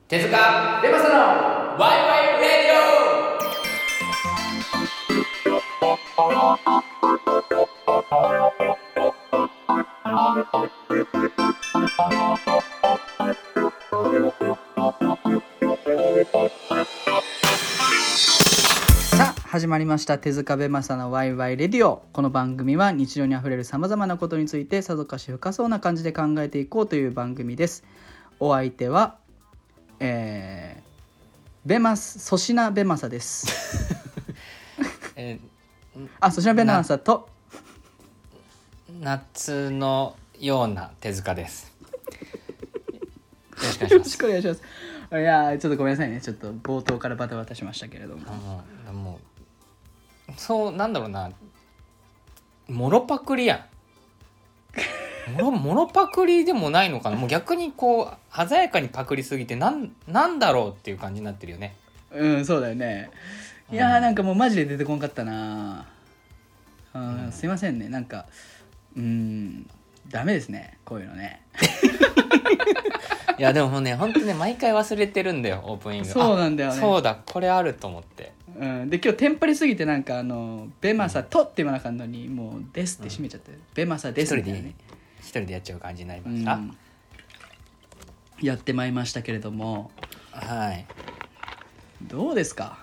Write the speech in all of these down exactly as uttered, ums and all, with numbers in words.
手塚レマサのワイワイレディオ。 さあ始まりました手塚ベマサのワイワイレディオ。この番組は日常にあふれるさまざまなことについてさぞかし深そうな感じで考えていこうという番組です。お相手はえー、ベマス粗品ベマサです、 えー、 あ粗品ベマサと夏のような手塚です。よろしくお願いします。 よろしくお願いします。いやちょっとごめんなさいね、ちょっと冒頭からバタバタしましたけれども、 あもうもうそうなんだろうな、モロパクリやんモロモロパクリでもないのかな。もう逆にこう鮮やかにパクりすぎてなんなんだろうっていう感じになってるよね。 うんそうだよね。いやー、うん、なんかもうマジで出てこんかったなあ、うん、すいませんね。なんかうーんダメですねこういうのねいやでもね本当ね毎回忘れてるんだよオープニング。 そうなんだよね。 そうだこれあると思って、 うん、で今日テンパりすぎてなんかあのベマサとって言わなかったのに、うん、もうですって閉めちゃって、うん、ベマサですみたいなね一人でやっちゃう感じになりました、うん、 やってまいりましたけれども、 はいどうですか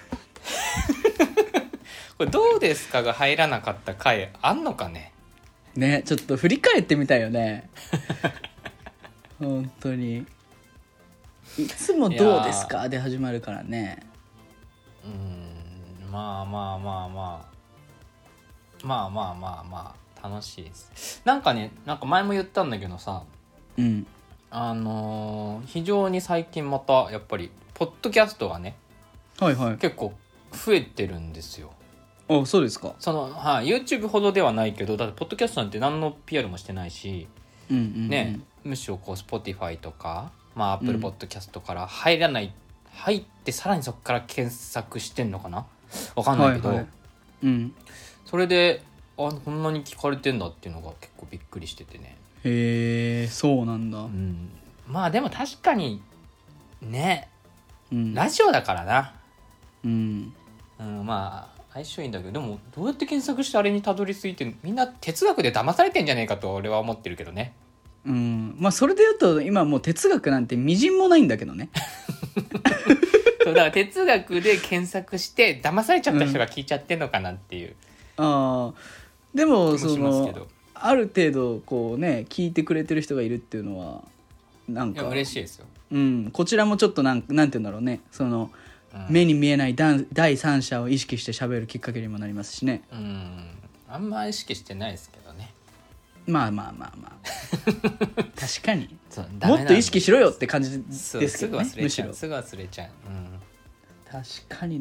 これどうですかが入らなかった回あんのかね。 ねちょっと振り返ってみたいよね本当にいつもどうですかで始まるからね。 うーんまあまあまあまあまあまあまあまあ楽しいです。なんかねなんか前も言ったんだけどさ、 うんあのー、非常に最近またやっぱりポッドキャストがね、 はいはい、 結構増えてるんですよ。 あそうですか。 その、はい、YouTube ほどではないけどだってポッドキャストなんて何の ピーアール もしてないし、 うんうんうんね、むしろこう Spotify とか、まあ、Apple Podcast から入らない、うん、入ってさらにそこから検索してんのかなわかんないけど、はいはい、 うん、 それであこんなに聞かれてんだっていうのが結構びっくりしててね。 へえそうなんだ、 うん、まあでも確かにね、うん、ラジオだからな、 うんうん、まあ相性いいんだけどでもどうやって検索してあれにたどり着いてみんな哲学で騙されてんじゃねえかと俺は思ってるけどね。 うんまあそれで言うと今もう哲学なんてみじんもないんだけどねそうだから哲学で検索して騙されちゃった人が聞いちゃってんのかなっていう、 うん、あでもそのある程度こうね聞いてくれてる人がいるっていうのはなんか嬉しいですよ、 うん、こちらもちょっとなんなんて言うんだろうね、その、うん、目に見えない第三者を意識して喋るきっかけにもなりますしね。 うんあんま意識してないですけどね。 まあまあまあまあ確かにもっと意識しろよって感じですけどね。 すぐ忘れちゃうすぐ忘れちゃう、 うん、確かに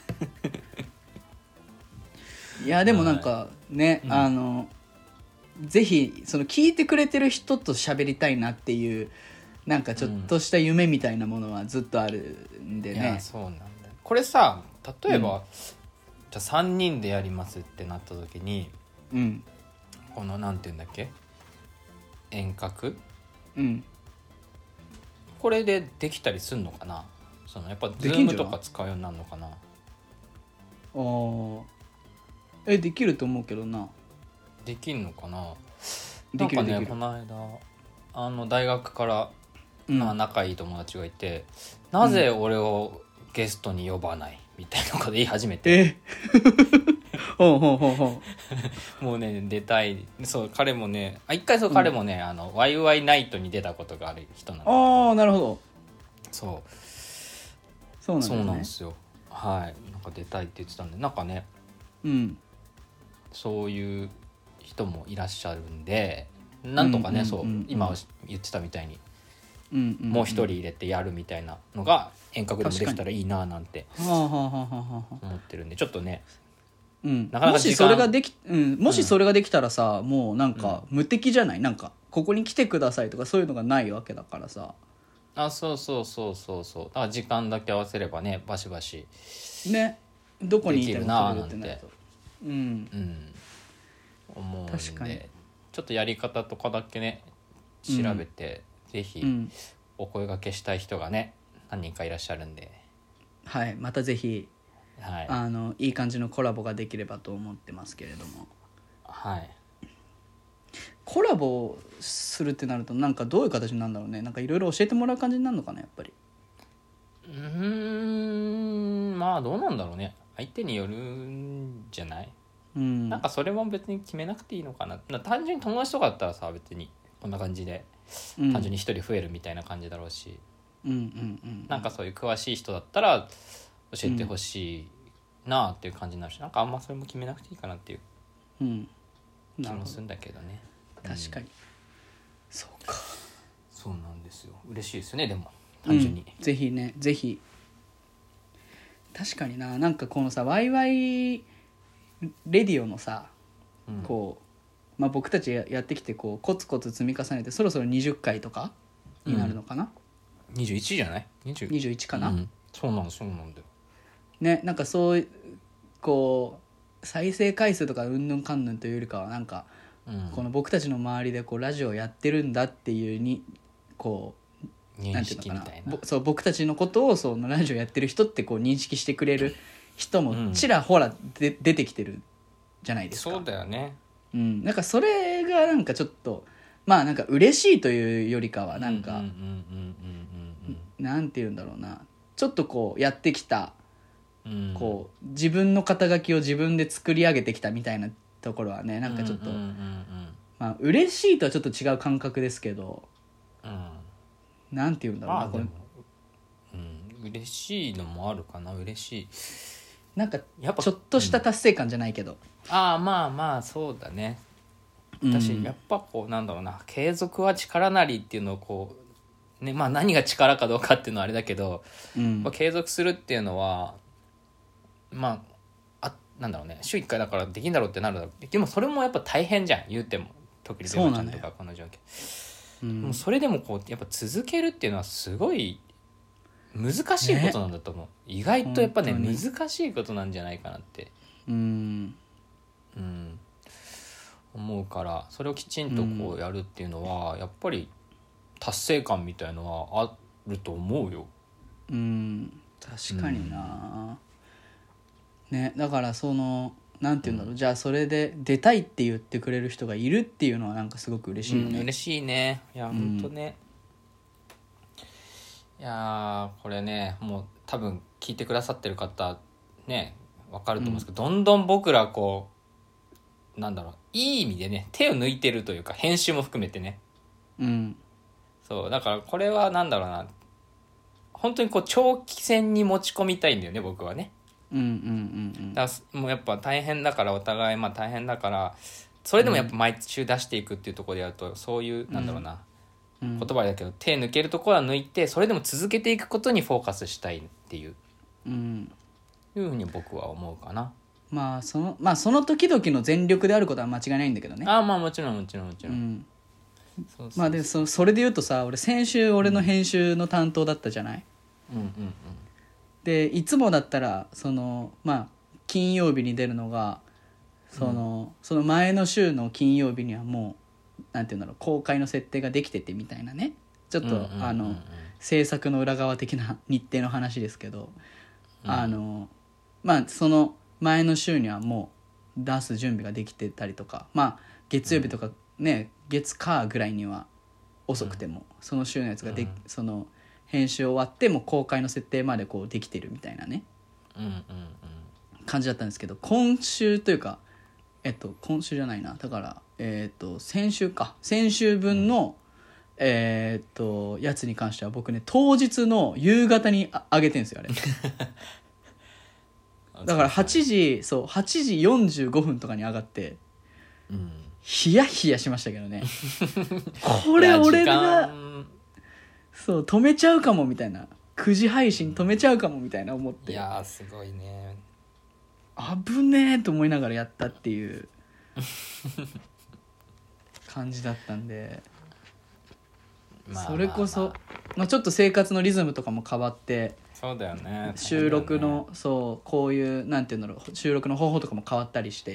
ないやでもなんかね、うん、あのぜひその聞いてくれてる人と喋りたいなっていうなんかちょっとした夢みたいなものはずっとあるんでね、うん、 いやそうなんだ。これさ例えば、うん、じゃあさんにんでやりますってなった時に、うん、このなんていうんだっけ遠隔、うん、これでできたりすんのかな。そのやっぱ Zoom とか使うようになるのかな。 あえできると思うけどな。 できんのかな。 できるなんかねこの間あの大学から、うんまあ、仲いい友達がいて、なぜ俺をゲストに呼ばないみたいなこと言い始めて、 えほうほうほうほうもうね出たい。そう彼もねあ一回そう、うん、彼もねあのワイワイナイトに出たことがある人なんで。 ああなるほど。 そうそうなんですね。 そうなんですよ。はいなんか出たいって言ってたんでなんかね、 うん、 そういう人もいらっしゃるんでなんとかね、うんうんうんうん、そう今言ってたみたいに、うんうんうん、もう一人入れてやるみたいなのが遠隔でもできたらいいななんて思ってるんでちょっとね、 うん、なかなかもしそれができ、うん、もしそれができたらさ、うん、もうなんか無敵じゃない、なんかここに来てくださいとかそういうのがないわけだからさ。 あそうそうそうそうそうだから時間だけ合わせればねバシバシねどこにいてもななんて、 うんうん、 思うんで確かにちょっとやり方とかだけね調べて、うん、ぜひお声掛けしたい人がね何人かいらっしゃるんで、 はい、またぜひ、 はい、 あのいい感じのコラボができればと思ってますけれども、 はい、 コラボするってなるとなんかどういう形になるんだろうね。なんかいろいろ教えてもらう感じになるのかなやっぱり。 うーん、まあどうなんだろうね、相手によるんじゃない、 うん、 なんかそれも別に決めなくていいのかな。な単純に友達とかだったらさ、別にこんな感じで単純に一人増えるみたいな感じだろうし、 うんうんうん、 なんかそういう詳しい人だったら教えてほしいなっていう感じになるし、なんかあんまそれも決めなくていいかなっていう気もするんだけどね。 確かに、うん、そうか、 そうなんですよ。嬉しいですよね、でも単純に、 うん、ぜひね、ぜひ。確かにな、なんかこのさワイワイレディオのさ、うん、こう、まあ、僕たちやってきてこうコツコツ積み重ねてそろそろにじゅっかいとかになるのかな、 うん、にじゅういちじゃないにじゅういちかな、うん、 そうなんそうなんだよね。なんかそうこう再生回数とかうんぬんかんぬんというよりかはなんか、うん、この僕たちの周りでこうラジオをやってるんだっていうにこう認識みたいな、 そう僕たちのことをそのラジオやってる人ってこう認識してくれる人もちらほらで、うん、出てきてるじゃないですか。 そうだよね、 うん、なんかそれがなんかちょっとまあなんか嬉しいというよりかはなんかなんて言うんだろうな、ちょっとこうやってきた、うん、こう自分の肩書きを自分で作り上げてきたみたいなところはね、なんかちょっと、うんうんうんうん、まあ嬉しいとはちょっと違う感覚ですけど、うん、なんて言うんだろうな、まあ、これ、 うん、嬉しいのもあるかな。嬉しいなんかちょっとした達成感じゃないけど、うん、 ああまあまあそうだね。私、うん、やっぱこうなんだろうな、継続は力なりっていうのをこうね、まあ何が力かどうかっていうのはあれだけど、うん、継続するっていうのはまああなんだろうね、週いっかいだからできるんだろうってなるだろう。でもそれもやっぱ大変じゃん、言うても。特にベマちゃんとか彼女は、うん、もうそれでもこうやっぱ続けるっていうのはすごい難しいことなんだと思う、ね、意外とやっぱね難しいことなんじゃないかなって、うん、うん、思うから、それをきちんとこうやるっていうのは、うん、やっぱり達成感みたいのはあると思うよ。 うん、確かにな、うん、ね、だからそのなんていうんだろう、うん、じゃあそれで出たいって言ってくれる人がいるっていうのはなんかすごく嬉しいよね、 うん、嬉しいね。いや、うん、ほんとね。いやこれね、もう多分聞いてくださってる方ね分かると思うんですけど、うん、どんどん僕らこうなんだろう、いい意味でね手を抜いてるというか、編集も含めてね、うん、そうだからこれはなんだろうな、本当にこう長期戦に持ち込みたいんだよね僕はね。うんうんうんうん、だからもうやっぱ大変だから、お互いまあ大変だから、それでもやっぱ毎週出していくっていうところでやると、うん、そういうなんだろうな、うん、言葉だけど手抜けるところは抜いて、それでも続けていくことにフォーカスしたいっていう、うん、いうふうに僕は思うかな。 まあそのまあその時々の全力であることは間違いないんだけどね。 ああまあもちろんもちろんもちろん、うん、 そうそうそう、まあで そ, それで言うとさ、俺先週俺の編集の担当だったじゃない、うん、うんうんうん、でいつもだったらそのまあ金曜日に出るのがその、うん、その前の週の金曜日にはもうなんていうんだろう、公開の設定ができててみたいなね、ちょっと、うんうんうんうん、あの制作の裏側的な日程の話ですけど、うん、あのまあその前の週にはもう出す準備ができてたりとか、まあ月曜日とかね、うん、月火ぐらいには遅くても、うん、その週のやつがで、うん、その編集終わっても公開の設定までこうできてるみたいなね、うんうんうん、感じだったんですけど、今週というかえっと今週じゃないな、だからえっと先週か先週分の、うん、えー、っとやつに関しては僕ね当日の夕方に上げてんですよあれだからはちじそうはちじよんじゅうごふんとかに上がって、うん、ヒヤヒヤしましたけどねこれ俺がそう止めちゃうかもみたいな、くじ配信止めちゃうかもみたいな思って、 いやーすごいね、 危ねえと思いながらやったっていう感じだったんでまあ、それこそ、まあまあまあ、ちょっと生活のリズムとかも変わって、 そうだよね、 収録の、ね、そうこういうなんていうんだろう、収録の方法とかも変わったりして、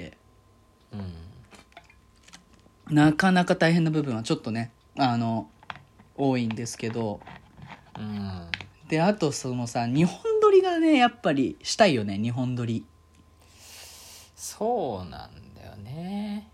うん、なかなか大変な部分はちょっとねあの多いんですけど、うん、 であとそのさ日本撮りがねやっぱりしたいよね。日本撮りそうなんだよね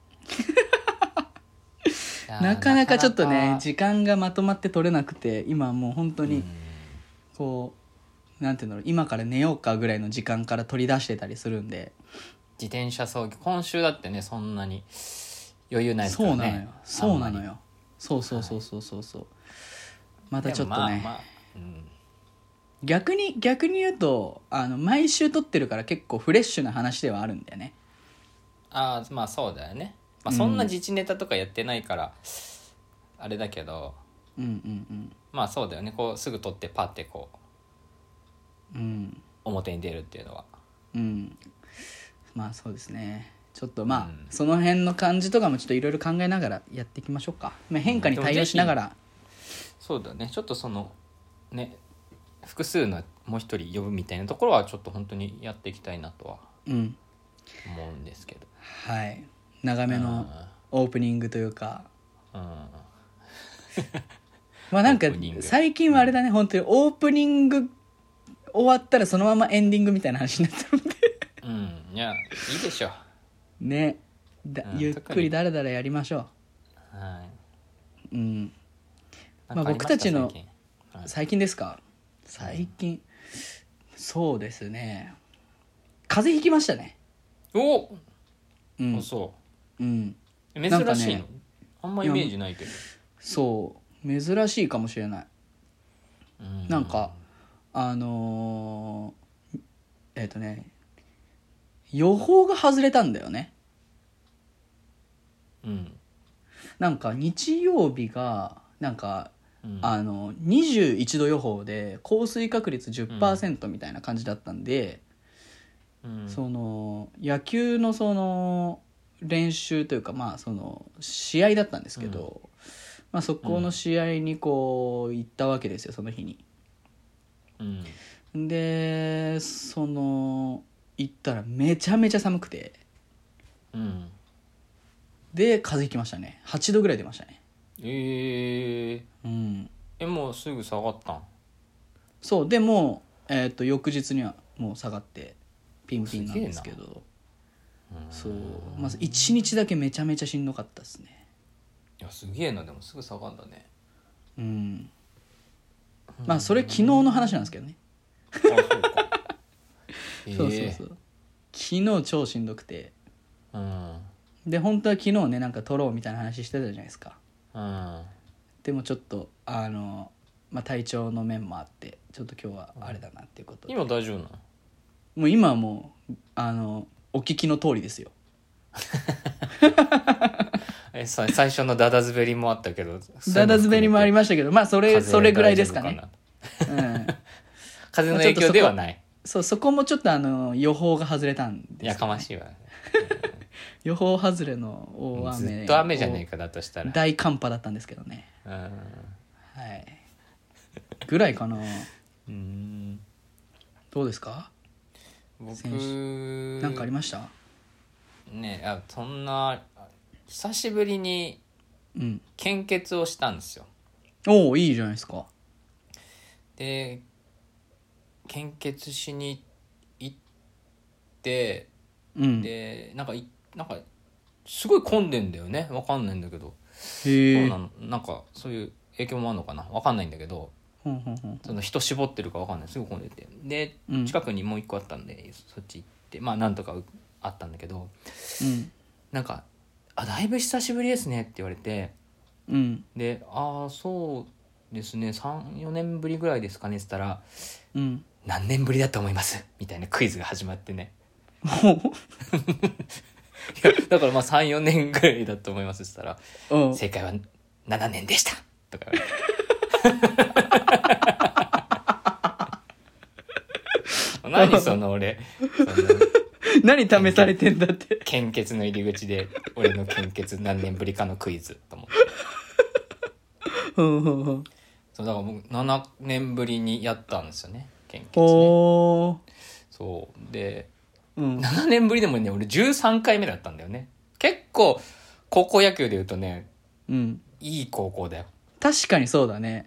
なかなかちょっとね時間がまとまって取れなくて、今もう本当にこうなんていうんだろう、今から寝ようかぐらいの時間から取り出してたりするんで。 自転車操業今週だってねそんなに余裕ないですからね。 そうなのよそうなのよそうそうそうそうそうそう、はい、またちょっとね、まあまあうん、逆に逆に言うとあの毎週撮ってるから結構フレッシュな話ではあるんだよね。 ああまあそうだよね、まあ、そんな自治ネタとかやってないから、うん、あれだけど、 うんうんうん、 まあそうだよね、こうすぐ撮ってパッてこう、うん、表に出るっていうのは、 うん、まあそうですね。ちょっとまあ、うん、その辺の感じとかもちょっといろいろ考えながらやっていきましょうか、まあ、変化に対応しながら、うん、 そうだね、ちょっとそのね複数のもう一人呼ぶみたいなところはちょっと本当にやっていきたいなとは思うんですけど、 うん、はい長めのオープニングというか、うん、まあなんか最近はあれだね、うん、本当にオープニング終わったらそのままエンディングみたいな話になってるんでうんいやいいでしょねだ、うん、ゆっくりだらだらやりましょう。はい、うん、まあ僕たちの最近、はい、最近ですか最近、うん、そうですね風邪ひきましたね。 お、うん、あそううん珍しいの、ね、あんまイメージないけど。 そう珍しいかもしれない。うんなんかあのー、えっとね予報が外れたんだよね。うん、なんか日曜日がなんか、うん、あのにじゅういちど予報で降水確率 じゅっパーセント みたいな感じだったんで、うん、その野球のその練習というかまあその試合だったんですけど、うんまあ、そこの試合にこう行ったわけですよその日に。うん、でその行ったらめちゃめちゃ寒くて、うん、で風邪ひきましたね。はちどぐらい出ましたね。 えー、うん、えもうすぐ下がったん？ そうでもう、えー、と翌日にはもう下がってピンピンなんですけど、そうまずいちにちだけめちゃめちゃしんどかったですね。 いやすげえな、でもすぐ下がるんだね。 うんまあそれ昨日の話なんですけどね。あそうかそうそうそう、昨日超しんどくて、うん、で本当は昨日ねなんか撮ろうみたいな話してたじゃないですか、うん、でもちょっとあの、まあ、体調の面もあってちょっと今日はあれだなっていうことで、 うん、今大丈夫なの？ もう今はもうあのお聞きの通りですよえ最初のダダ滑りもあったけどダダ滑りもありましたけどまあそれそれぐらいですかね。 うん、風の影響ではない。 そうそこもちょっとあの予報が外れたんです、ね、 やかましいわ、 予報外れの大雨、 ずっと雨じゃねえかだとしたら大寒波だったんですけどね、うん、はいぐらいかな。うんどうですか僕なんかありましたね。あそんな久しぶりに献血をしたんですよ、 うん、おおいいじゃないですか。 で献血しに行って、うん、でなんかいなんかすごい混んでんだよね。わかんないんだけどへそうなのなんかそういう影響もあるのかなわかんないんだけど、ほんほんほんその人絞ってるかわかんないすごい混んでてで、うん、近くにもう一個あったんでそっち行ってまあなんとかあったんだけど、うん、なんかあだいぶ久しぶりですねって言われて、うん、でああそうですね さん,よ 年ぶりぐらいですかねって言ったら、うん、何年ぶりだと思いますみたいなクイズが始まってねいやだからまあ さん,よ 年ぐらいだと思いますって言ったら、うん、正解はななねんでしたとか言われて何その俺その何試されてんだって献血の入り口で俺の献血何年ぶりかのクイズと思ってそうだから僕ななねんぶりにやったんですよね献血ね。そうで、うん、ななねんぶりでもね俺じゅうさんかいめだったんだよね。結構高校野球でいうとね、うん、いい高校だよ。 確かにそうだね。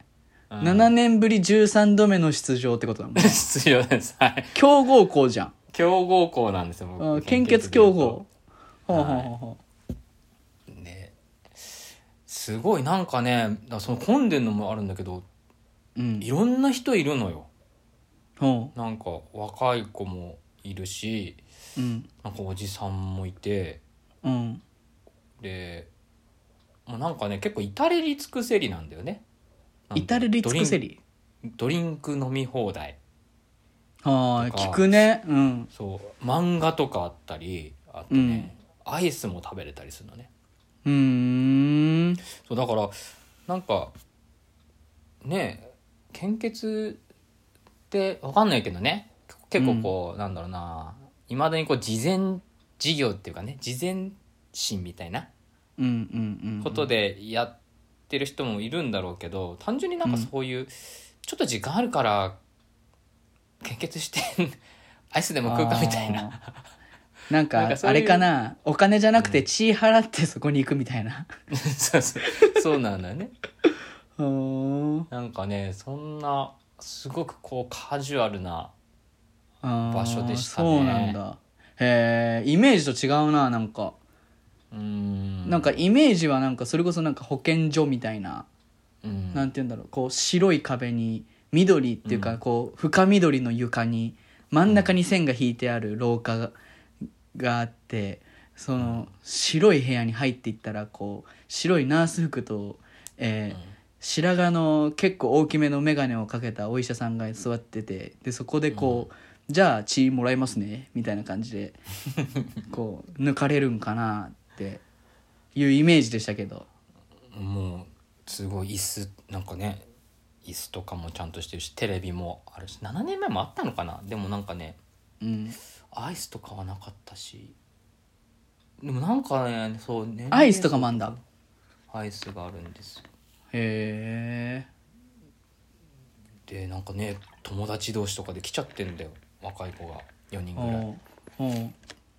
うん、ななねんぶりじゅうさんどめの出場ってことだもんね。 出場です。はい。 強豪校じゃん。 強豪校なんですよ、僕。 献血強豪。ほうほうほうほう。ね、すごいなんかね、その混んでんのもあるんだけど、うん、いろんな人いるのよ。ほう。なんか若い子もいるし、うん、なんかおじさんもいて、うん、で、もうなんかね結構至れり尽くせりなんだよね。 至れり尽くせり。 ドリンク飲み放題。 はあ、聞くね。うん。 そう漫画とかあったり、あとね、うん、アイスも食べれたりするのね。 うーん。 そうだからなんかね献血って分かんないけどね、結構こう、うん、なんだろうないまだにこう事前事業っていうかね、事前心みたいなことでやってる人もいるんだろうけど、単純になんかそういう、うん、ちょっと時間あるから献血してアイスでも食うかみたいななんかあれかな、お金じゃなくて血払ってそこに行くみたいな、 うん、そうそうそうなんだよねなんかねそんなすごくこうカジュアルな場所でしたね。 そうなんだ。へえ、イメージと違うな。なんかうーんなんかイメージはなんかそれこそなんか保健所みたいな、うん、なんて言うんだろう、こう白い壁に緑っていうか、うん、こう深緑の床に真ん中に線が引いてある廊下が、があって、その白い部屋に入っていったらこう白いナース服と、えーうん、白髪の結構大きめの眼鏡をかけたお医者さんが座ってて、でそこでこう、うん、じゃあ血もらいますねみたいな感じでこう抜かれるんかなっていうイメージでしたけど、 もうすごい椅子なんかね椅子とかもちゃんとしてるしテレビもあるし、ななねんまえもあったのかな。でもなんかね、うん、アイスとかはなかったし、でもなんかねそうねアイスとかもあんだ。 アイスがあるんです。 へえ。でなんかね友達同士とかで来ちゃってんだよ、若い子がよにんぐらい。うん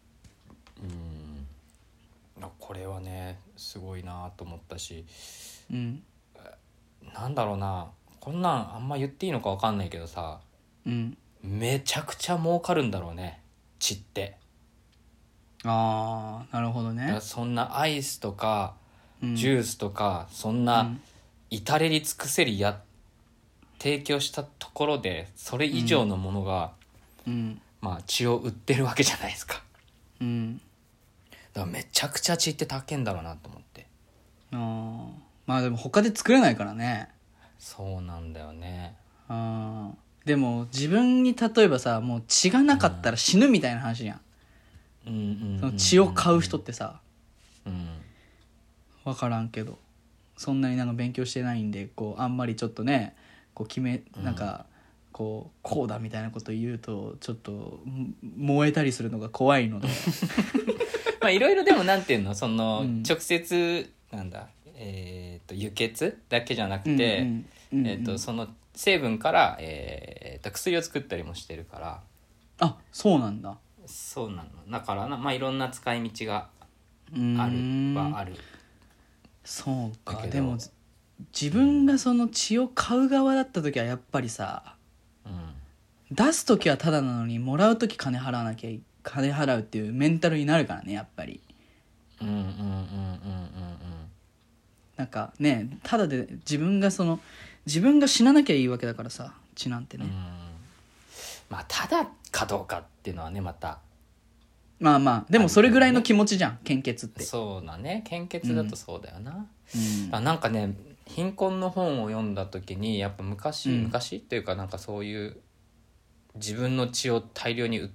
これはねすごいなと思ったし、うん、なんだろうな、こんなんあんま言っていいのか分かんないけどさ、うん、めちゃくちゃ儲かるんだろうね血って。 あーなるほどね。 そんなアイスとか、うん、ジュースとかそんな至れり尽くせりや提供したところでそれ以上のものが、うん、まあ血を売ってるわけじゃないですか。うん、だからめちゃくちゃ血って高いんだろうなと思って。 あまあでも他で作れないからね。 そうなんだよね。 あでも自分に例えばさもう血がなかったら死ぬみたいな話じゃん、うん、その血を買う人ってさ、うん、分からんけどそんなになんか勉強してないんでこうあんまりちょっとねこう決めなんかこうこうだみたいなこと言うとちょっと燃えたりするのが怖いのでまあいろいろでもなんていうのその、うん、直接なんだえー、と輸血だけじゃなくて、うんうんうんうん、えー、とその成分から、えー、と薬を作ったりもしてるから。 あそうなんだ。 そうなのだからな、まあ、いろんな使い道があるはある。 そうか。でも自分がその血を買う側だった時はやっぱりさ、うん、出す時はタダなのにもらう時金払わなきゃ金払うっていうメンタルになるからねやっぱり。うんうんうんうんうんうんなんかねただで自分がその自分が死ななきゃいいわけだからさ血なんてね。うんまあただかどうかっていうのはねまたまあまあでもそれぐらいの気持ちじゃん献血って。 そうだね献血だとそうだよな、うん、あなんかね貧困の本を読んだ時にやっぱ昔、うん、昔っていうかなんかそういう自分の血を大量に売って、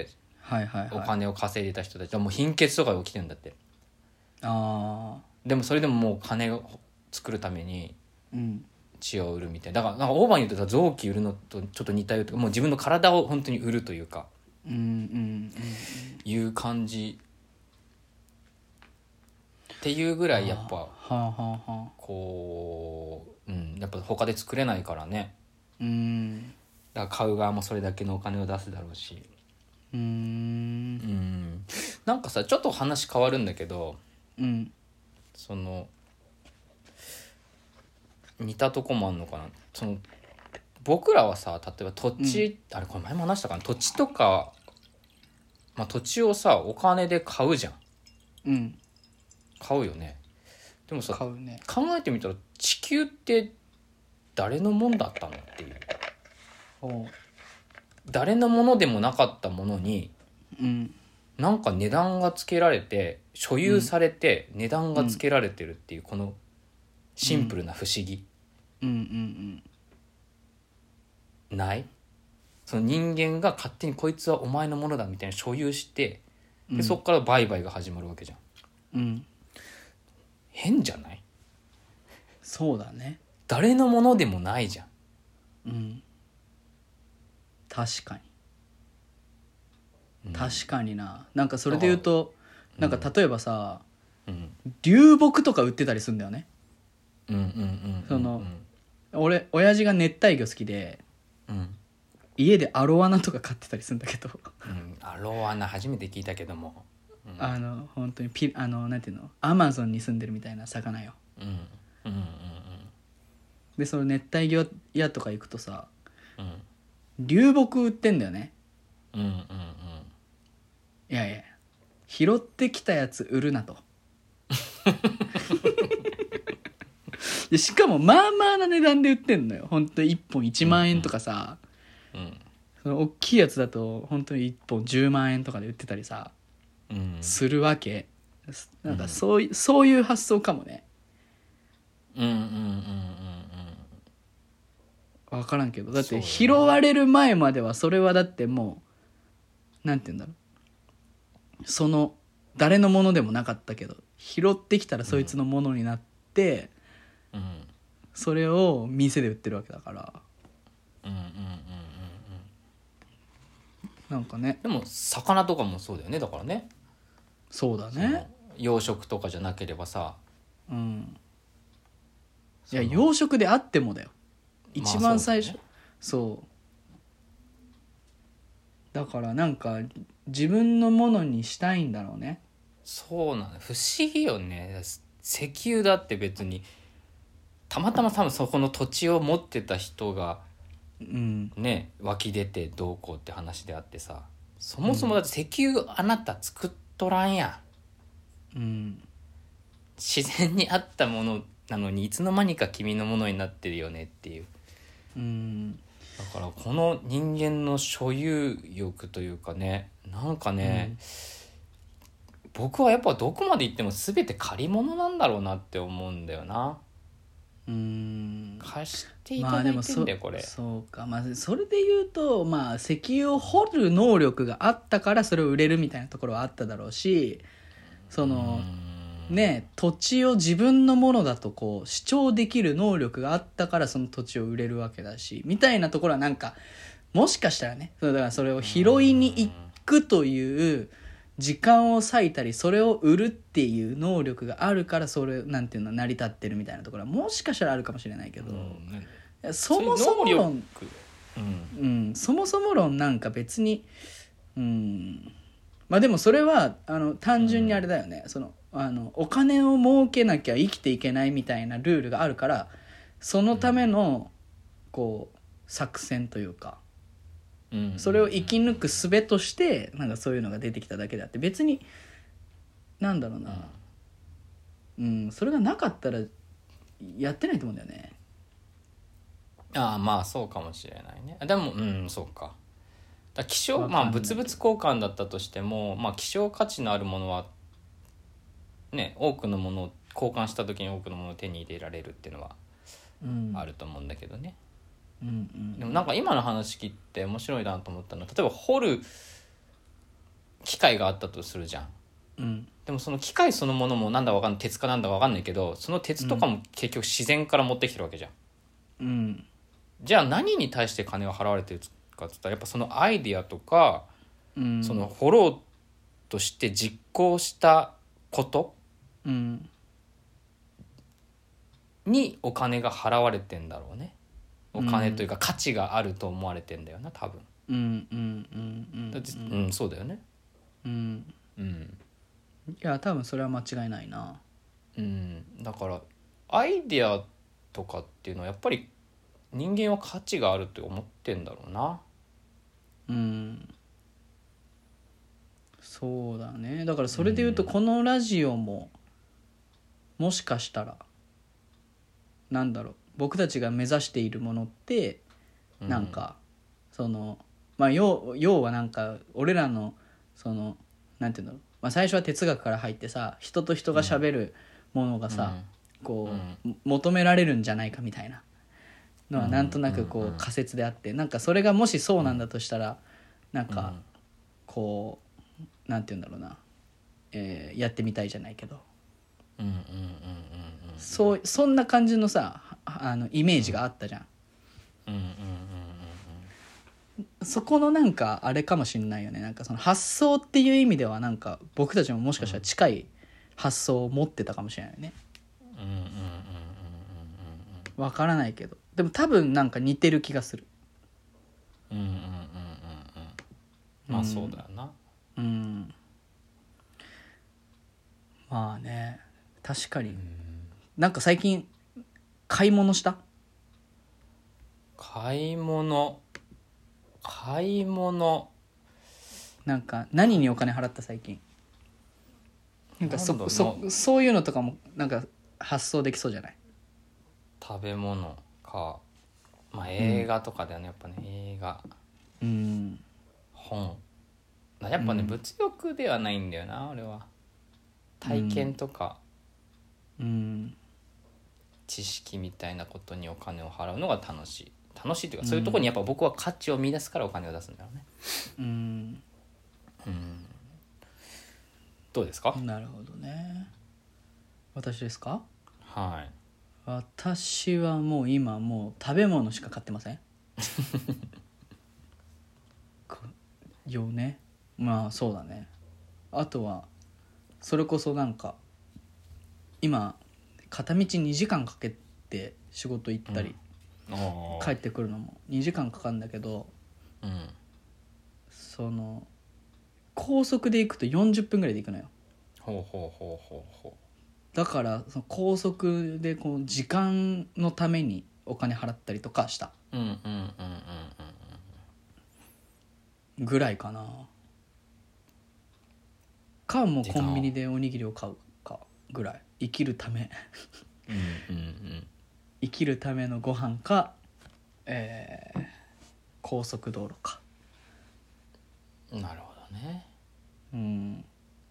はいはいはい、お金を稼いでた人たちはもう貧血とか起きてるんだって。あでもそれでももう金を作るために血を売るみたいな。だからなんかオーバーに言うと臓器売るのとちょっと似たようとかもう自分の体を本当に売るというか、うんうんうん、いう感じっていうぐらいやっぱ、はあはあはあ、こう、うん、やっぱ他で作れないからね。うんだから買う側もそれだけのお金を出すだろうし。うーんうんなんかさちょっと話変わるんだけど、うん、その似たとこもあんのかな。その僕らはさ、例えば土地、うん、あれこれ前も話したかな、土地とか、まあ、土地をさお金で買うじゃん。 うん。 買うよね。でもさ、 買うね。 考えてみたら地球って誰のもんだったのっていう。 おう。 誰のものでもなかったものに、 うん、 なんか値段がつけられて所有されて値段がつけられてるっていう、このシンプルな不思議、 うんうんうん、ない？その人間が勝手にこいつはお前のものだみたいな所有して、でそっから売買が始まるわけじゃん。 うん。 変じゃない？ そうだね。 誰のものでもないじゃん。 うん。確かに、うん、確かにな。なんかそれで言うと、なんか例えばさ、うん、流木とか売ってたりするんだよね。 うんうんうんうん、 その俺親父が熱帯魚好きで、 うん、 家でアロワナとか飼ってたりするんだけど、 うん、アロワナ初めて聞いたけども、 うん、あの本当にピあのなんていうの、アマゾンに住んでるみたいな魚よ、 うんうんうんうん、 でその熱帯魚屋とか行くとさ、うん、流木売ってんだよね。 うんうんうん、 いやいや拾ってきたやつ売るなとでしかもまあまあな値段で売ってんのよ。ほんといっぽんいちまん円とかさ、うんうん、その大きいやつだと本当にいっぽんじゅうまん円とかで売ってたりさ、うん、するわけ。なんかそうい、うん、そういう発想かもね。うんうんうんうんうん。分からんけど、だって拾われる前まではそれはだってもうなんて言うんだろう、その誰のものでもなかったけど拾ってきたらそいつのものになって、うん、それを店で売ってるわけだから、うんうんうんうんうん、なんかね。 でも魚とかもそうだよね。だからね。 そうだね。 養殖とかじゃなければさ、 うん、いや養殖であってもだよ。一番最初、まあ そう、ね、そうだからなんか自分のものにしたいんだろうね。 そうなの、不思議よね。石油だって別にたまたま多分そこの土地を持ってた人がね、うん、湧き出てどうこうって話であってさ、そもそもだって石油あなた作っとらんやん、うん、自然にあったものなのにいつの間にか君のものになってるよねっていう、うん、だからこの人間の所有欲というかね、なんかね、うん、僕はやっぱどこまで行っても全て借り物なんだろうなって思うんだよな。うーん、貸していただいてんだよ、これ。 そうか、まあ、それで言うと、まあ、石油を掘る能力があったからそれを売れるみたいなところはあっただろうし、そのね、土地を自分のものだとこう主張できる能力があったからその土地を売れるわけだし、みたいなところはなんかもしかしたらね、だからそれを拾いに行くという時間を割いたりそれを売るっていう能力があるからそれなんていうの成り立ってるみたいなところはもしかしたらあるかもしれないけど、うん、そもそも論、うんうん、そもそも論なんか別に、うん、まあでもそれはあの単純にあれだよね、うん、そのあのお金を儲けなきゃ生きていけないみたいなルールがあるからそのためのこう作戦というか、それを生き抜く術としてなんかそういうのが出てきただけであって、別になんだろうな、うん、それがなかったらやってないと思うんだよね。 ああ、まあそうかもしれないね。でもうんそうか。だ希少、まあ物々交換だったとしても、まあ希少価値のあるものはね、多くのものを交換した時に多くのものを手に入れられるっていうのはあると思うんだけどね。うんうん、でもなんか今の話聞いて面白いなと思ったのは、例えば掘る機械があったとするじゃん、うん、でもその機械そのものもなんだか分かんない、鉄かなんだか分かんないけどその鉄とかも結局自然から持ってきてるわけじゃん、うん、じゃあ何に対して金が払われてるかって言ったらやっぱそのアイディアとか、うん、その掘ろうとして実行したこと、うん、にお金が払われてんだろうね。お金というか価値があると思われてんだよな多分。うんうんうんうん。だってうんそうだよね。うんうん。いや多分それは間違いないな。 うんだからアイデアとかっていうのはやっぱり人間は価値があるって思ってんだろうな。 うんそうだね。だからそれで言うとこのラジオももしかしたらなんだろう僕たちが目指しているものってなんか、うん、そのまあ要要はなんか俺らのそのなんていうんだろう、まあ、最初は哲学から入ってさ人と人が喋るものがさ、うん、こう、うん、求められるんじゃないかみたいなのはなんとなくこう仮説であって、なんかそれがもしそうなんだとしたらなんかこうなんていうんだろうな、えー、やってみたいじゃないけど、うんうんうんうん、そうそんな感じのさあのイメージがあったじゃん、うんうんうんうんうん、そこのなんかあれかもしんないよね。なんかその発想っていう意味ではなんか僕たちももしかしたら近い発想を持ってたかもしれないよね。うんうんうんうんうん、わからないけどでも多分なんか似てる気がする。うんうんうんうんうん、 まあそうだよな。うん、うん、 まあね確かに、うん、なんか最近買い物した？ 買い物買い物なんか何にお金払った最近？なんか そ, そ, そういうのとかもなんか発想できそうじゃない？ 食べ物か、まあ映画とかだよね、うん、やっぱね映画、うん、本やっぱね、うん、物欲ではないんだよな俺は。体験とか、うん、知識みたいなことにお金を払うのが楽しい楽しいというか、うん、そういうところにやっぱ僕は価値を見出すからお金を出すんだよね。うん、うん、どうですか？ なるほどね。私ですか？ はい。 私はもう今もう食べ物しか買ってませんよね。まあそうだね。あとはそれこそなんか今片道にじかんかけて仕事行ったり、うん、帰ってくるのもにじかんかかるんだけど、うん、その高速で行くとよんじゅっぷんぐらいで行くのよ。ほうほうほうほうほう。だからその高速でこう時間のためにお金払ったりとかした、うんうんうんうんうん、ぐらいかな。かもうコンビニでおにぎりを買うかぐらい。生きるためうんうん、うん、生きるためのご飯か、えー、高速道路か。 なるほどね。 うん。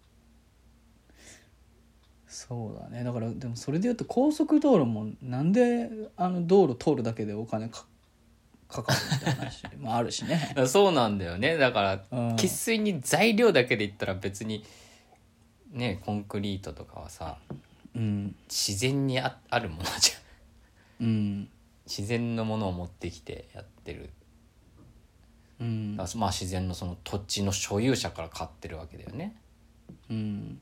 そうだね。だからでもそれで言うと高速道路もなんであの道路通るだけでお金かかかるみたいな話もあるしねそうなんだよね。だから生粋に材料だけで言ったら別にねコンクリートとかはさ、うん、自然に あ, あるものじゃん、うん、自然のものを持ってきてやってる、うん、だからまあ自然のその土地の所有者から買ってるわけだよね。うん、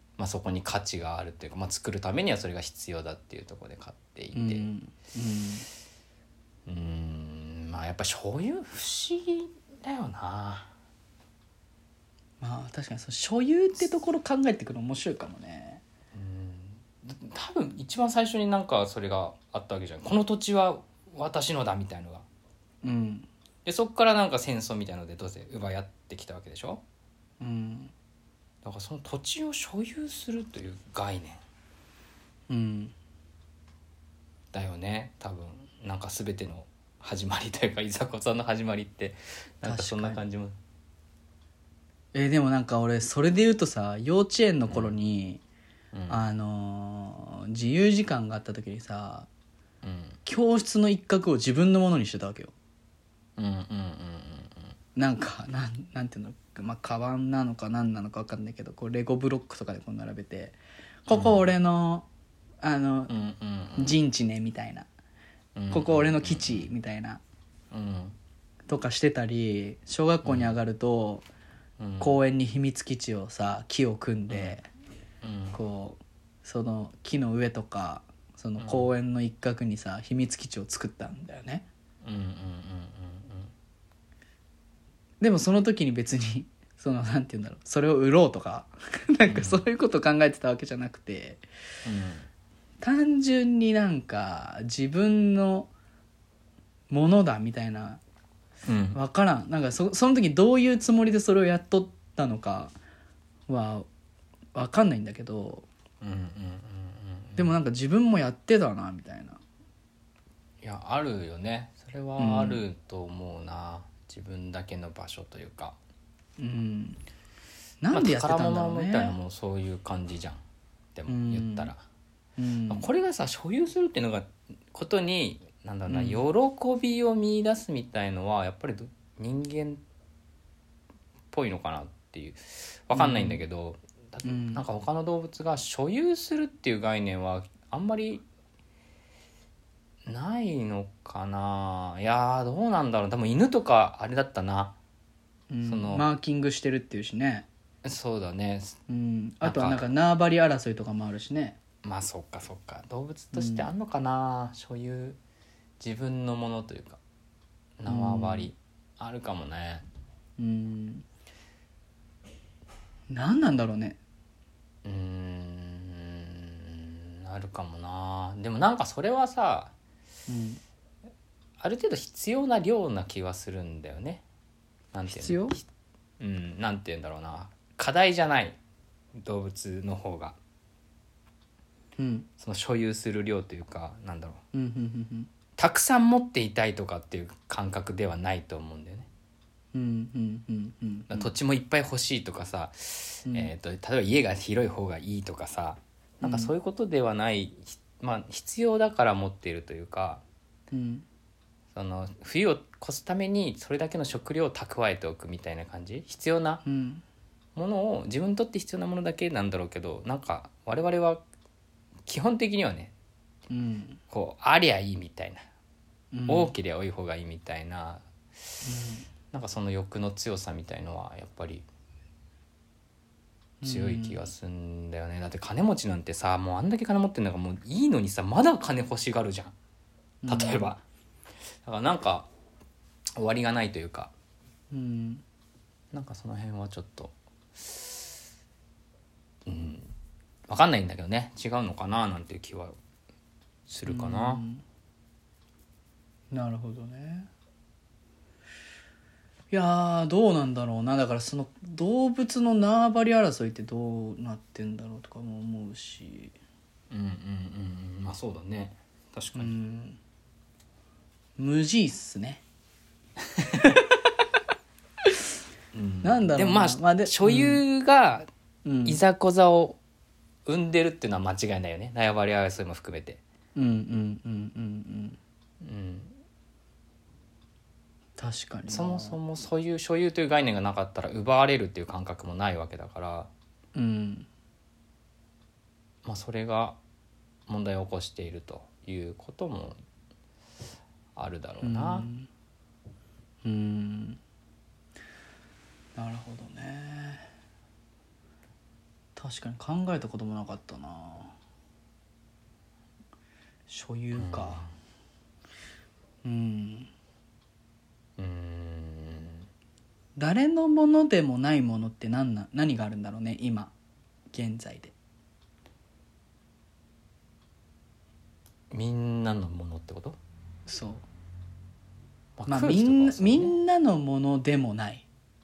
まあ、そこに価値があるっていうか、まあ、作るためにはそれが必要だっていうところで買っていて、うんうん、うーんまあやっぱ所有不思議だよな。 まあ確かにその所有ってところ考えてくるの面白いかもね。 うん多分一番最初になんかそれがあったわけじゃん。この土地は私のだみたいのが、うん、でそっからなんか戦争みたいのでどうせ奪い合ってきたわけでしょ、うん、だからその土地を所有するという概念、うん、だよね多分。なんか全ての始まりというかいざこざの始まりってなんかそんな感じも。 えー、でもなんか俺それで言うとさ幼稚園の頃に、うん、あのー、自由時間があった時にさ、うん、教室の一角を自分のものにしてたわけよ。うんうんうんうん、なんかなんなんていうの、まあカバンなのか何なのか分かんないけどこうレゴブロックとかでこう並べて、ここ俺の、うん、あの、うんうんうん、陣地ねみたいな、うんうんうん、ここ俺の基地みたいな、うん、とかしてたり、小学校に上がると、うん、公園に秘密基地をさ木を組んで、うんうん、こうその木の上とかその公園の一角にさ秘密基地を作ったんだよね。うんうんうんうんうん、でもその時に別にそのなんて言うんだろう、それを売ろうとかなんかそういうことを考えてたわけじゃなくて、うん、 単純になんか自分のものだみたいな、 うん、 分からん。なんか そ, その時どういうつもりでそれをやっとったのかは分かんないんだけど、 うんうんうんうん、 でもなんか自分もやってたなみたいな。 いやあるよね、それはあると思うな、うん、自分だけの場所というか、 うん、なんでやってたんだろうね、 まあ、宝物みたいなのもそういう感じじゃん。でも言ったら、うん、これがさ所有するっていうのがことになんだろうな、うん、喜びを見出すみたいのはやっぱり人間っぽいのかなっていう、分かんないんだけど、うん、なんか他の動物が所有するっていう概念はあんまりないのかな。いやどうなんだろう。でも犬とかあれだったな、 うん、そのマーキングしてるっていうしね。 そうだね、 うん、あとはなんか縄張り争いとかもあるしね。 まあそっかそっか、動物としてあんのかな、うん、所有、自分のものというか縄張り、うん、あるかもね。 うん、何なんだろうね。 うーん、あるかもな。でもなんかそれはさ、うん、ある程度必要な量な気はするんだよね。なんていうの、必要？うん、なんていうんだろうな、課題じゃない、動物の方が、うん、その所有する量というか、なんだろう、うんうんうんうん、たくさん持っていたいとかっていう感覚ではないと思うんだよね。うんうんうんうんうん、土地もいっぱい欲しいとかさ、うん、えーと、例えば家が広い方がいいとかさ、なんかそういうことではない、うん、まあ必要だから持っているというか、うん、その冬を越すためにそれだけの食料を蓄えておくみたいな感じ、必要なものを、自分にとって必要なものだけなんだろうけど、なんか我々は基本的にはね、うん、こうありゃいいみたいな、うん、多ければ多い方がいいみたいな、うん、なんかその欲の強さみたいのはやっぱり強い気がするんだよね、うん、だって金持ちなんてさ、もうあんだけ金持ってんだからもういいのにさ、まだ金欲しがるじゃん、例えば、うん、だからなんか終わりがないというか、うん、なんかその辺はちょっと、うん、分かんないんだけどね、違うのかななんていう気はするかな、うん、 なるほどね。いやどうなんだろうな。だからその動物の縄張り争いってどうなってんだろうとかも思うし、 うんうんうんうん、まあそうだね、確かに、うん、 無事っすねうん、なんだろうな。でもまあ、まあ、で所有がいざこざを生んでるっていうのは間違いないよね、縄張り争いも含めて。うんうんうんうんうんうん、 確かにそもそもそういう所有という概念がなかったら奪われるっていう感覚もないわけだから、うん、まあそれが問題を起こしているということもあるだろうな。うん、うん、 なるほどね。確かに考えたこともなかったな。所有か。うん、うんうーん、誰のものでもないものって何な、何があるんだろうね今現在で。 みんなのものってこと？ そう、まあ、まあ、みんな、みんなのものでもない、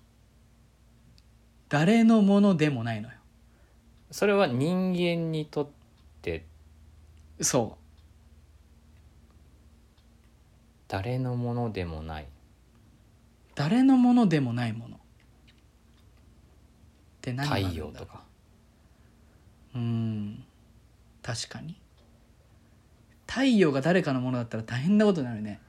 誰のものでもないのよ。 それは人間にとって、 そう、 誰のものでもない、 誰のものでもないものって何があるんだろう。 太陽とか。 うーん、確かに太陽が誰かのものだったら大変なことになるね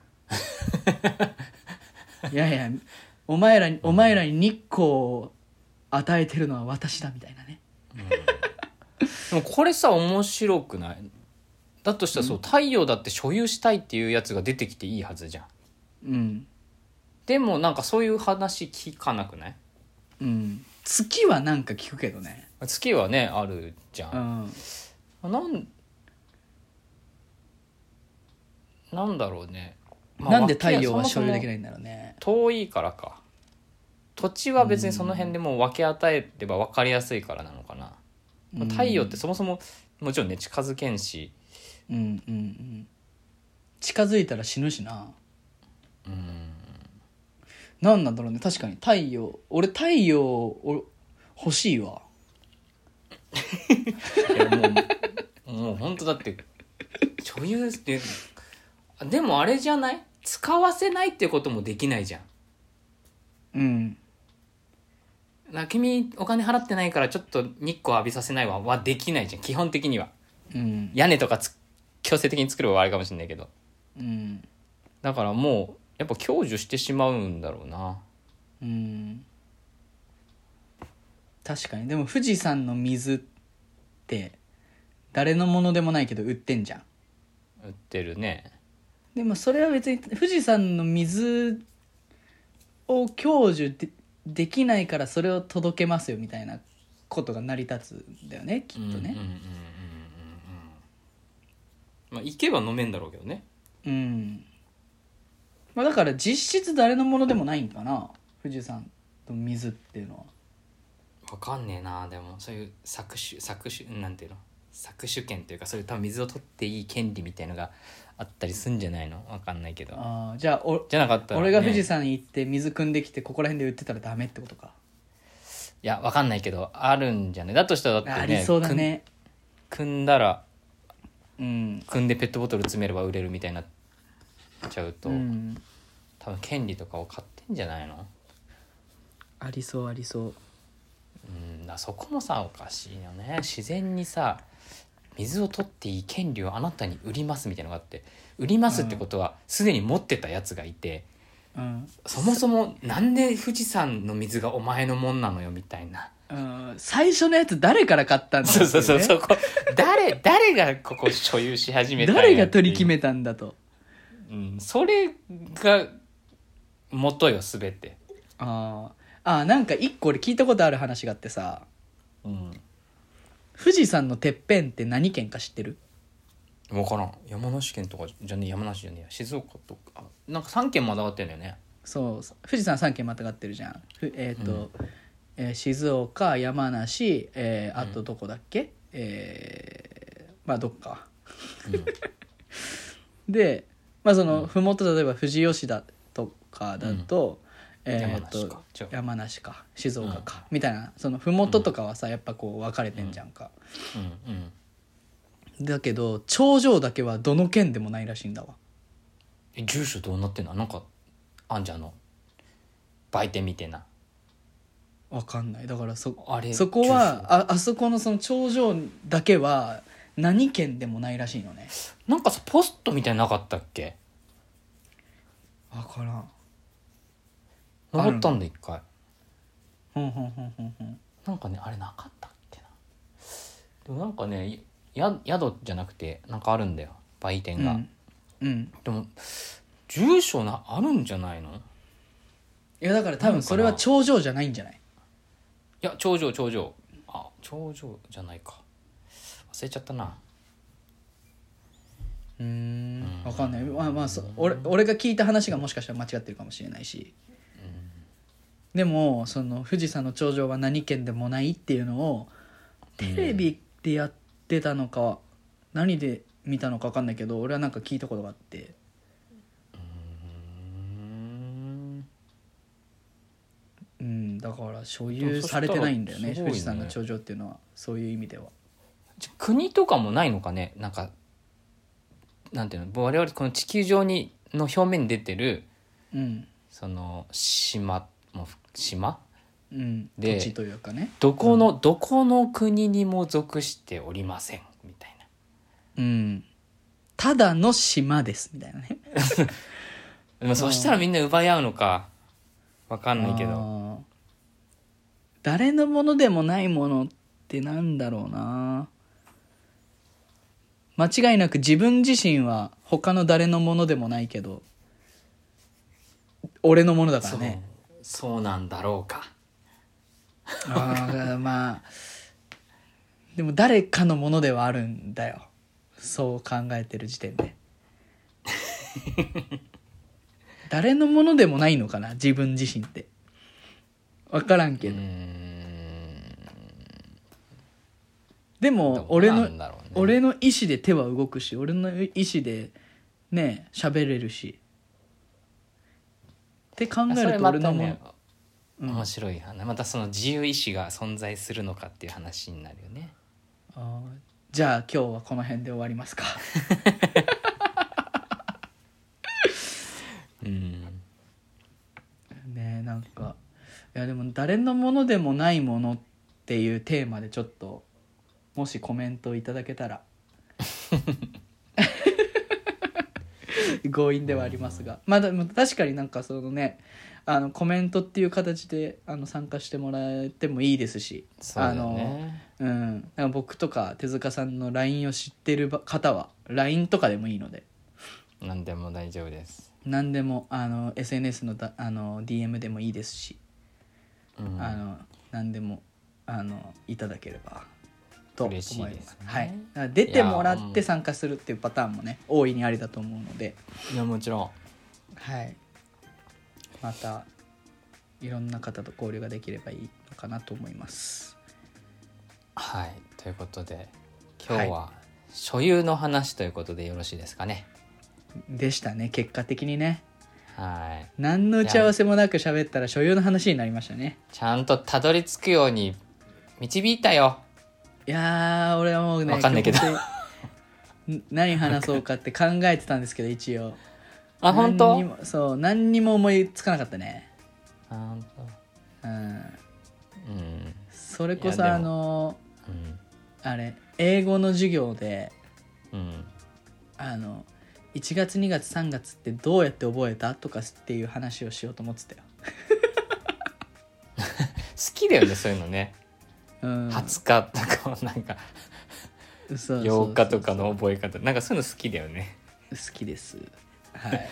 いやいや、お前らに、お前らに日光を与えてるのは私だみたいなね、うん、 でもこれさ面白くない？だとしたらそう、うん、太陽だって所有したいっていうやつが出てきていいはずじゃん。うん。でもなんかそういう話聞かなくない？ うん。月はなんか聞くけどね。 月はねあるじゃん。うん、なんなんだろうね。 まあ、なんで太陽は所有できないんだろうね。 遠いからか。土地は別にその辺でもう分け与えれば分かりやすいからなのかな。うん、太陽ってそもそももちろんね近づけんし、 うんうんうん。近づいたら死ぬしな。 うん。 なんなんだろうね。確かに太陽、俺太陽お欲しいわ。 いやもうもう本当だって所有ってでもあれじゃない？使わせないってこともできないじゃん。 うん。 だから君お金払ってないからちょっと日光浴びさせないわはできないじゃん基本的には。 うん。 屋根とかつ強制的に作るはあれかもしれないけど。 うん。 だからもうやっぱ享受してしまうんだろうな。 うん。確かに。でも富士山の水って誰のものでもないけど売ってんじゃん。 売ってるね。 でもそれは別に富士山の水を享受 で, できないからそれを届けますよみたいなことが成り立つんだよねきっとね。うんうんうんうんうん。 まあ行けば飲めんだろうけどね。 うん。まあだから実質誰のものでもないんかな富士山の水っていうのは。 わかんねえな。でもそういう搾取搾取なんていうの搾取権というかそういう多分水を取っていい権利みたいのがあったりすんじゃないの？わかんないけど。 ああじゃあおじゃなかったら、ね、 俺が富士山に行って水汲んできてここら辺で売ってたらダメってことか。 いやわかんないけどあるんじゃね。だとしたらだってねありそうだね。 汲んだらうん汲んでペットボトル詰めれば売れるみたいになっちゃうと、 うん、 多分権利とかを買ってんじゃないの？ ありそうありそう。 うんだそこもさおかしいよね。自然にさ水を取っていい権利をあなたに売りますみたいなのがあって売りますってことはすでに持ってたやつがいて、うん、そもそもなんで富士山の水がお前のもんなのよみたいな、 うん、最初のやつ誰から買ったんだっていうね。 そうそうそうそこ誰誰がここ所有し始めたんや誰が取り決めたんだと、 うん、それが元よ全て。 ああなんか一個俺聞いたことある話があってさ、 うん、 富士山のてっぺんって何県か知ってる？ 分からん。山梨県とかじゃねえ山梨じゃねえ静岡とかなんかさん県またがってんだよね。 そう富士山さん県またがってるじゃん。えっ、ー、と、うんえー、静岡山梨、えー、あとどこだっけ、うん、えー、まあどっか、うん、でまあその麓、うん、例えば富士吉田とかだと、うんえー、と 山, 梨山梨か静岡か、うん、みたいなその麓とかはさやっぱこう分かれてんじゃんか、うんうんうん、だけど頂上だけはどの県でもないらしいんだわ。 え住所どうなってんの？なんかあんじゃんの売店みてえな。 分かんない。だから そ, あれそこは あ, あそこのその頂上だけは何県でもないらしいのね。 なんかさポストみたいななかったっけ？ 分からん。 登ったんで一回。 ほんほんほんほんほん。 なんかねあれなかったっけな。でもなんかねや宿じゃなくてなんかあるんだよ売店が、うんうん、でも住所なあるんじゃないの？ いやだから多分それは頂上じゃないんじゃない？ いや頂上頂上あ頂上じゃないか忘れちゃったな。 うーん分かんない。まあまあそ 俺, 俺が聞いた話がもしかしたら間違ってるかもしれないし、でもその富士山の頂上は何県でもないっていうのをテレビでやってたのか何で見たのか分かんないけど俺はなんか聞いたことがあって、うん、だから所有されてないんだよ ね, ね富士山の頂上っていうのはそういう意味では。 国とかもないのかね。なんかなんていうの我々この地球上にの表面に出てる、うん、その島も島、 うん、で土地というかねどこの、うん、どこの国にも属しておりませんみたいな、 うん、ただの島ですみたいなねでもそしたらみんな奪い合うのか分かんないけど、 誰のものでもないものってなんだろうな。間違いなく自分自身は他の誰のものでもないけど俺のものだからね。 そう、そうなんだろうかあまあでも誰かのものではあるんだよそう考えてる時点で誰のものでもないのかな自分自身って分からんけど。うーんでも俺の、 ね、 俺の意思で手は動くし、俺の意思でね喋れるしって考えると俺のも、ねうん、面白い話、またその自由意志が存在するのかっていう話になるよね。 あ、じゃあ今日はこの辺で終わりますかうんねえ、なんかいやでも誰のものでもないものっていうテーマでちょっともしコメントいただけたら強引ではありますが、まあでも確かになんかそのね、あのコメントっていう形であの参加してもらえてもいいですし、 そうだよね、 あの、うん、なんか僕とか手塚さんの ライン を知ってる方は ライン とかでもいいので何でも大丈夫です。 何でもあの エスエヌエス のだあの ディーエム でもいいですし、うん、あの何でもあのいただければと思います。 嬉しいですね。 はい、出てもらって参加するっていうパターンもね大いにありだと思うので、 いやもちろん、 はい、またいろんな方と交流ができればいいのかなと思います。 はい、ということで今日は所有の話ということでよろしいですかね。 でしたね、結果的にね。 はい、 何の打ち合わせもなく喋ったら所有の話になりましたね。 ちゃんとたどり着くように導いたよ。 いやー俺はもうね分かんないけど何話そうかって考えてたんですけど一応あ本当そう何にも思いつかなかったね。 あ本当、うん、うん、 それこそあの、うん、あれ英語の授業で、うん、あのいちがつにがつさんがつってどうやって覚えたとかっていう話をしようと思ってたよ好きだよねそういうのね、うん、はつかとかなんかようかとかの覚え方なんかそういうの好きだよね。 好きです、はい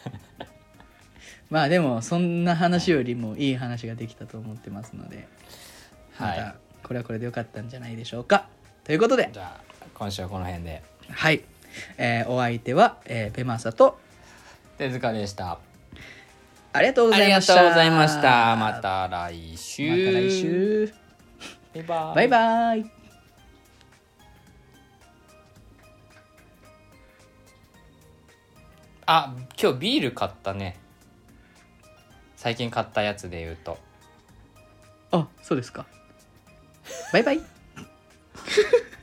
まあでもそんな話よりもいい話ができたと思ってますので、またこれはこれでよかったんじゃないでしょうか。ということでじゃあ今週はこの辺で、 はい、えー、お相手は、えー、ペマサと手塚でした。 ありがとうございました。 ありがとうございました。また来週。 また来週。 バイバイ。 バイバイ。 あ、今日ビール買ったね。最近買ったやつで言うと。 あ、そうですか。バイバイ。